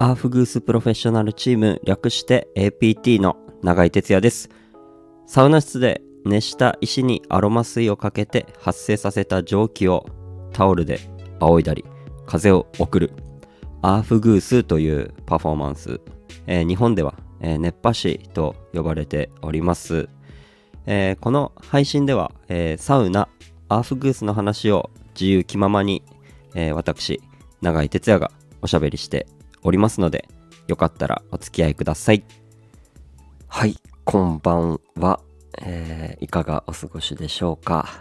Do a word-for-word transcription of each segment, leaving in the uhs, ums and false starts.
アーフグースプロフェッショナルチーム、略して エーピーティー の永井哲也です。サウナ室で熱した石にアロマ水をかけて発生させた蒸気をタオルで仰いだり風を送るアーフグースというパフォーマンス、えー、日本では、えー、熱波師と呼ばれております。えー、この配信では、えー、サウナアーフグースの話を自由気ままに、えー、私永井哲也がおしゃべりしておりますので、よかったらお付き合いください。はい、こんばんは、えー、いかがお過ごしでしょうか。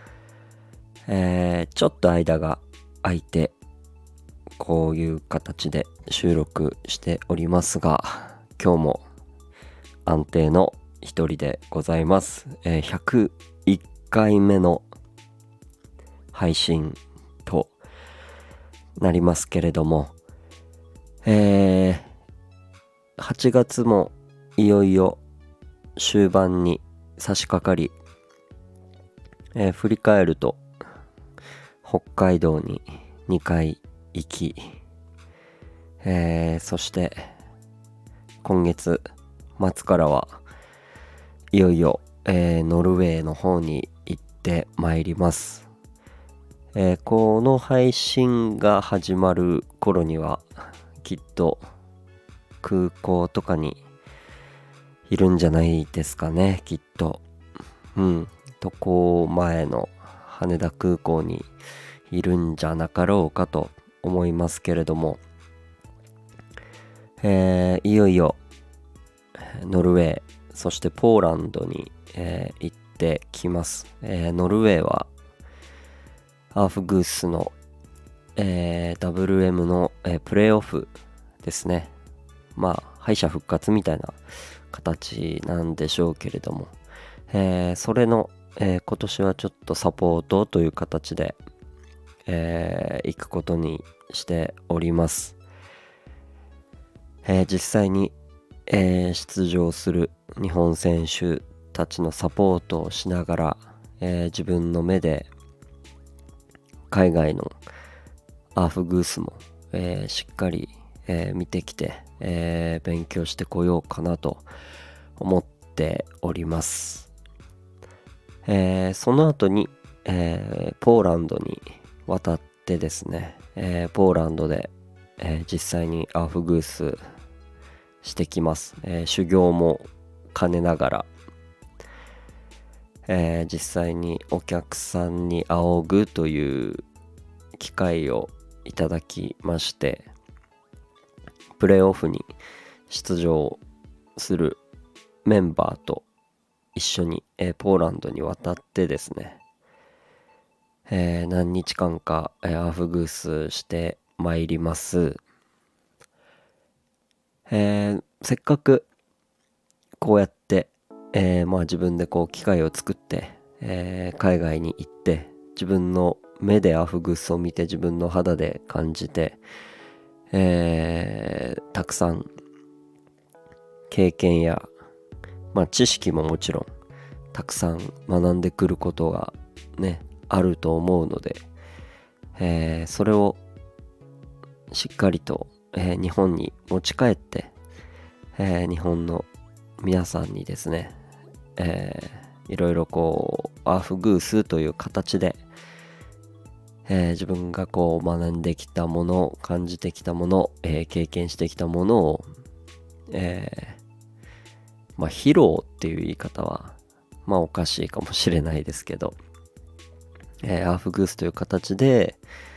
えー、ちょっと間が空いてこういう形で収録しておりますが、今日も安定の一人でございます。えー、ひゃくいっかいめの配信となりますけれども、えー、はちがつもいよいよ終盤に差し掛かり、えー、振り返ると北海道ににかい行き、えー、そして今月末からはいよいよ、えー、ノルウェーの方に行ってまいります。えー、この配信が始まる頃にはきっと空港とかにいるんじゃないですかね、きっと。うん、渡航前の羽田空港にいるんじゃなかろうかと思いますけれども、えー、いよいよノルウェー、そしてポーランドに、えー、行ってきます。えー、ノルウェーはアーフグースの、えー、ダブリューエム の、えー、プレーオフですね。まあ敗者復活みたいな形なんでしょうけれども、えー、それの、えー、今年はちょっとサポートという形で、えー、行くことにしております。えー、実際に、えー、出場する日本選手たちのサポートをしながら、えー、自分の目で海外のアーフグースも、えー、しっかり、えー、見てきて、えー、勉強してこようかなと思っております。えー、その後に、えー、ポーランドに渡ってですね、えー、ポーランドで、えー、実際にアーフグースしてきます。えー、修行も兼ねながら、えー、実際にお客さんに仰ぐという機会をいただきまして、プレーオフに出場するメンバーと一緒に、えー、ポーランドに渡ってですね、えー、何日間か、えー、アーフグースしてまいります。えー、せっかくこうやって、えー、まあ自分でこう機会を作って、えー、海外に行って自分の目でアーフグースを見て自分の肌で感じて、えー、たくさん経験や、まあ、知識ももちろんたくさん学んでくることがねあると思うので、えー、それをしっかりと、えー、日本に持ち帰って、えー、日本の皆さんにですね、えー、いろいろこうアーフグースという形で、えー、自分がこう学んできたもの、感じてきたもの、えー、経験してきたものを、えー、まあ披露っていう言い方はまあおかしいかもしれないですけど、えー、アーフグースという形で、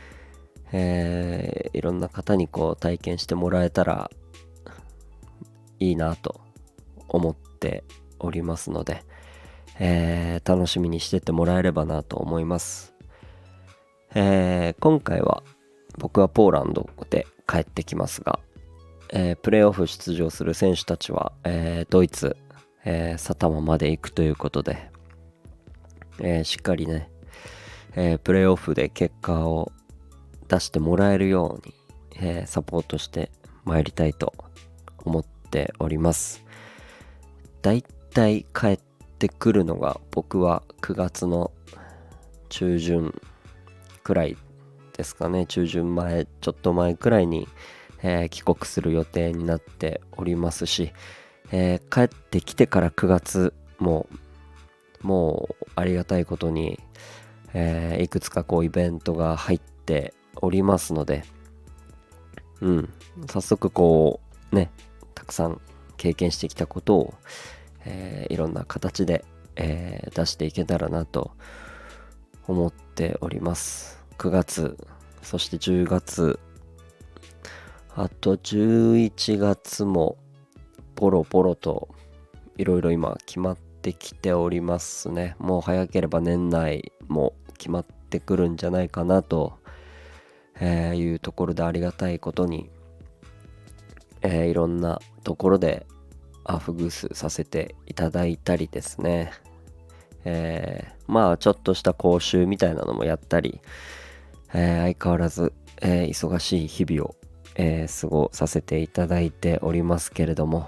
えー、いろんな方にこう体験してもらえたらいいなと思っておりますので、えー、楽しみにしてってもらえればなと思います。えー、今回は僕はポーランドで帰ってきますが、えー、プレーオフ出場する選手たちは、えー、ドイツ、えー、サタマまで行くということで、えー、しっかりね、えー、プレーオフで結果を出してもらえるように、えー、サポートしてまいりたいと思っております。だいたい帰ってくるのが僕はくがつの中旬くらいですかね。中旬前ちょっと前くらいに、 えー帰国する予定になっておりますし、えー帰ってきてからくがつももうありがたいことに、えーいくつかこうイベントが入っておりますので、うん、早速こうね、たくさん経験してきたことを、えーいろんな形で、えー出していけたらなと思っております。くがつ、そしてじゅうがつ、あとじゅういちがつもポロポロといろいろ今決まってきておりますね。もう早ければ年内も決まってくるんじゃないかなと、えーいうところで、ありがたいことに、えーいろんなところでアフグースさせていただいたりですね、えーまあちょっとした講習みたいなのもやったり、えー相変わらず、えー忙しい日々を、えー過ごさせていただいておりますけれども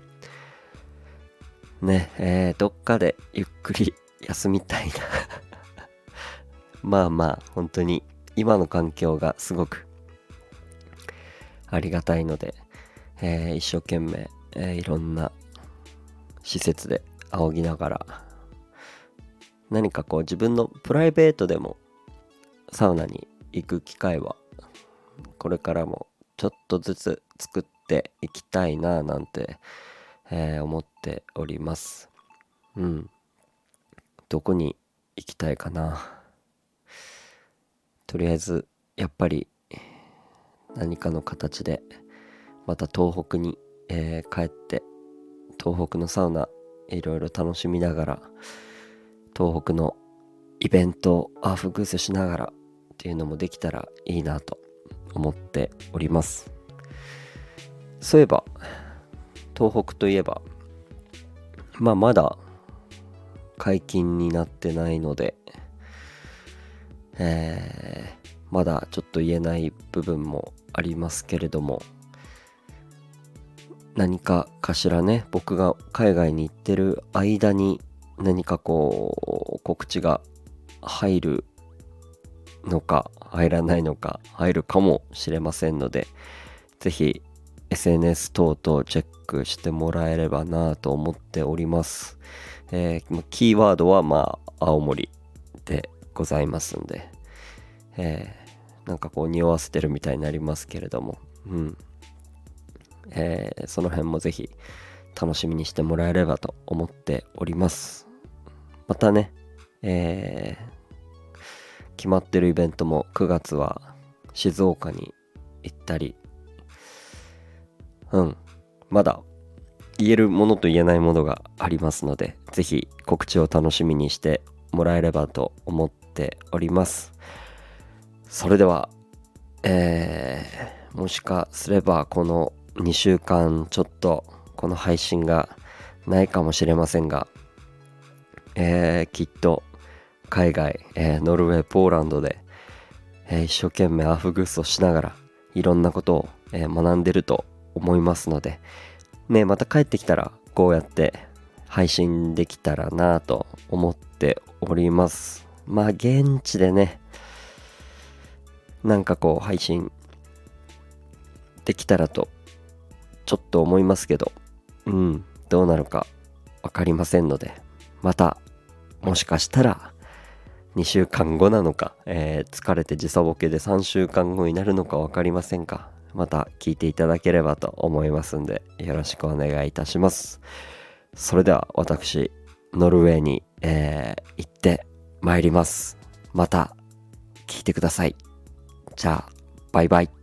ね、えーどっかでゆっくり休みたいなまあまあ本当に今の環境がすごくありがたいので、えー一生懸命、えーいろんな施設で仰ぎながら、何かこう自分のプライベートでもサウナに行く機会はこれからもちょっとずつ作っていきたいななんて、えー思っております。うん。どこに行きたいかな。とりあえずやっぱり何かの形でまた東北に、えー帰って東北のサウナいろいろ楽しみながら、東北のイベントをアーフグースしながらっていうのもできたらいいなと思っております。そういえば東北といえば、まあまだ解禁になってないので、えーまだちょっと言えない部分もありますけれども、何かかしらね、僕が海外に行ってる間に何かこう告知が入るのか入らないのか、入るかもしれませんので、ぜひ エスエヌエス 等々チェックしてもらえればなと思っております。えーキーワードはまあ青森でございますんで、えーなんかこう匂わせてるみたいになりますけれども、うんえーその辺もぜひ楽しみにしてもらえればと思っております。またね、えー決まってるイベントもくがつは静岡に行ったり、うんまだ言えるものと言えないものがありますので、ぜひ告知を楽しみにしてもらえればと思っております。それでは、えーもしかすればこのにしゅうかんちょっとこの配信がないかもしれませんが、えーきっと海外、えーノルウェー、ポーランドで、えー一生懸命アフグースをしながらいろんなことを、えー学んでると思いますので、ね、また帰ってきたらこうやって配信できたらなと思っております。まあ現地でね、なんかこう配信できたらとちょっと思いますけど、うんどうなるか分かりませんので、またもしかしたらにしゅうかんごなのか、えー疲れて時差ボケでさんしゅうかんごになるのか分かりませんが、また聞いていただければと思いますんで、よろしくお願いいたします。それでは私ノルウェーに、えー行ってまいります。また聞いてください。じゃあバイバイ。